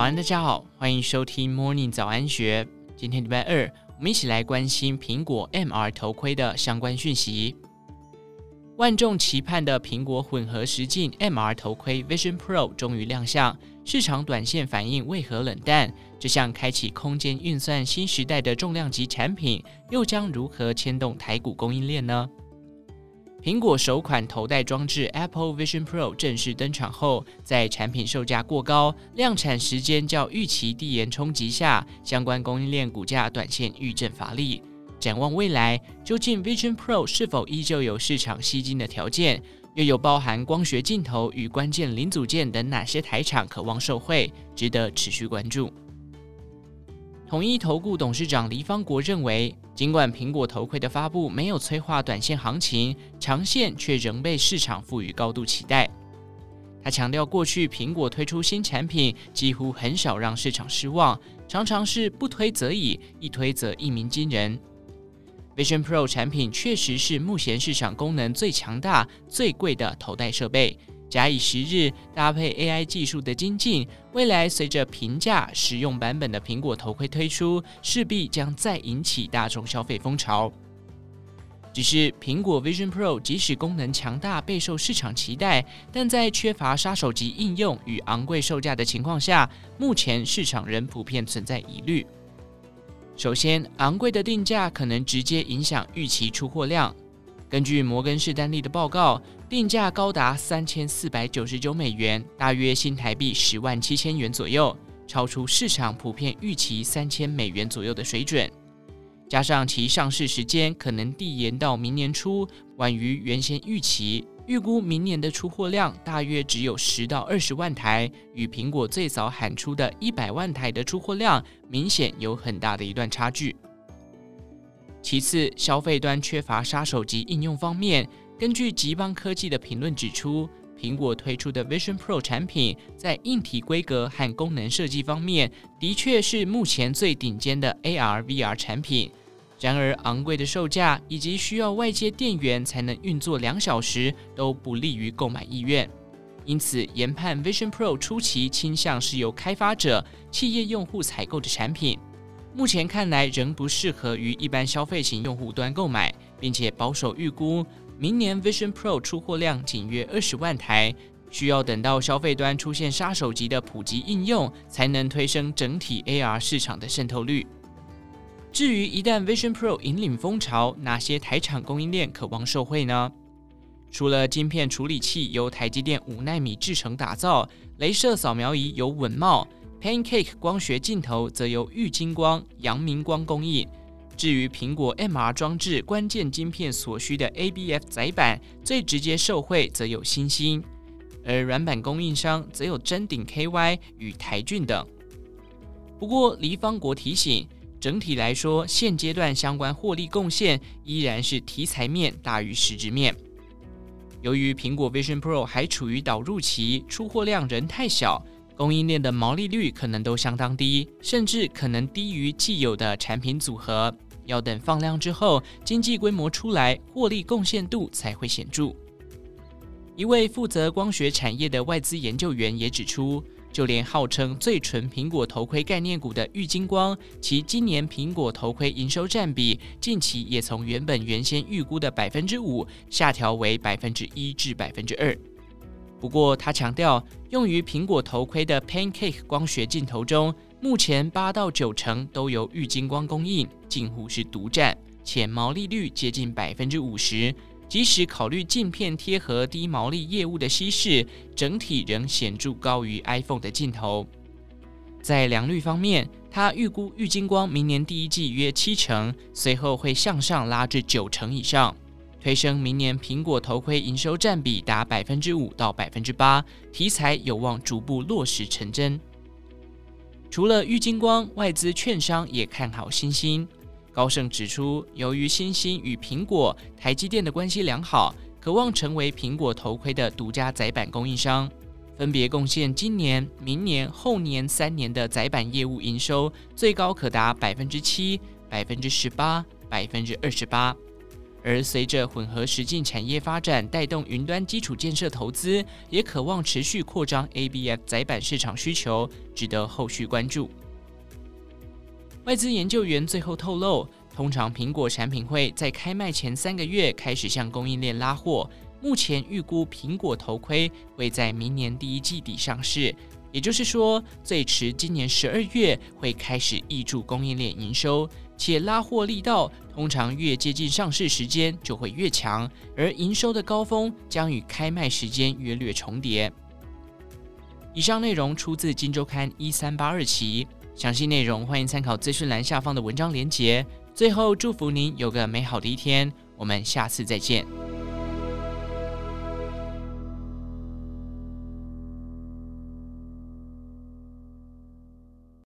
安，大家好，欢迎收听 Morning 早安学。今天礼拜二，我们一起来关心苹果 MR 头盔的相关讯息。万众期盼的苹果混合实境 MR 头盔 Vision Pro 终于亮相，市场短线反应为何冷淡？这项开启空间运算新时代的重量级产品，又将如何牵动台股供应链呢？苹果首款头戴装置 Apple Vision Pro 正式登场后，在产品售价过高、量产时间较预期递延冲击下，相关供应链股价短线遇震乏力。展望未来，究竟 Vision Pro 是否依旧有市场吸金的条件？又有包含光学镜头与关键零组件等哪些台厂可望受惠，值得持续关注。统一投顾董事长黎方国认为，尽管苹果头盔的发布没有催化短线行情，长线却仍被市场赋予高度期待。他强调，过去苹果推出新产品几乎很少让市场失望，常常是不推则已，一推则一鸣惊人。Vision Pro 产品确实是目前市场功能最强大、最贵的头戴设备。假以时日，搭配 AI 技术的精进，未来随着平价实用版本的苹果头盔推出，势必将再引起大众消费风潮。只是苹果 Vision Pro 即使功能强大，备受市场期待，但在缺乏杀手级应用与昂贵售价的情况下，目前市场仍普遍存在疑虑。首先，昂贵的定价可能直接影响预期出货量。根据摩根士丹利的报告，定价高达$3499，大约新台币107000元左右，超出市场普遍预期$3000左右的水准。加上其上市时间可能递延到明年初，晚于原先预期，预估明年的出货量大约只有10到20万台，与苹果最早喊出的100万台的出货量明显有很大的一段差距。其次，消费端缺乏杀手级应用方面，根据极邦科技的评论指出，苹果推出的 Vision Pro 产品在硬体规格和功能设计方面，的确是目前最顶尖的 AR/VR 产品。然而，昂贵的售价以及需要外接电源才能运作2小时，都不利于购买意愿。因此，研判 Vision Pro 初期倾向是由开发者、企业用户采购的产品。目前看来仍不适合于一般消费型用户端购买，并且保守预估明年 Vision Pro 出货量仅约20万台，需要等到消费端出现杀手级的普及应用，才能推升整体 AR 市场的渗透率。至于一旦 Vision Pro 引领风潮，哪些台厂供应链可望受惠呢？除了晶片处理器由台积电5奈米制程打造，雷射扫描仪由稳懋，Pancake 光学镜头则由玉晶光、阳明光供应。至于苹果 MR 装置关键晶片所需的 ABF 载板，最直接受惠则有欣兴，而软板供应商则有臻鼎 KY 与台骏等。不过，黎方国提醒，整体来说，现阶段相关获利贡献依然是题材面大于实质面。由于苹果 Vision Pro 还处于导入期，出货量仍太小，供应链的毛利率可能都相当低，甚至可能低于既有的产品组合。要等放量之后，经济规模出来，获利贡献度才会显著。一位负责光学产业的外资研究员也指出，就连号称最纯苹果头盔概念股的玉晶光，其今年苹果头盔营收占比，近期也从原先预估的 5% 下调为 1% 至 2%。不过，他强调，用于苹果头盔的 Pancake 光学镜头中，目前8到9成都由玉晶光供应，近乎是独占，且毛利率接近 50%。即使考虑镜片贴合低毛利业务的稀释，整体仍显著高于 iPhone 的镜头。在良率方面，他预估玉晶光明年第一季约7成，随后会向上拉至9成以上，推升明年苹果头盔营收占比达 5% 到 8%， 题材有望逐步落实成真。除了玉晶光，外资券商也看好欣兴。高盛指出，由于欣兴与苹果、台积电的关系良好，可望成为苹果头盔的独家载板供应商，分别贡献今年、明年、后年3年的载板业务营收，最高可达 7%、18%、28%。 而随着混合实境产业发展，带动云端基础建设投资，也渴望持续扩张 ABF 载板市场需求，值得后续关注。外资研究员最后透露，通常苹果产品会在开卖前3个月开始向供应链拉货，目前预估苹果头盔会在明年第1季底上市，也就是说，最迟今年12月会开始挹注供应链营收，且拉货力道通常越接近上市时间就会越强，而营收的高峰将与开卖时间约略重叠。以上内容出自《今周刊》1382期，详细内容欢迎参考资讯栏下方的文章连结。最后，祝福您有个美好的一天，我们下次再见。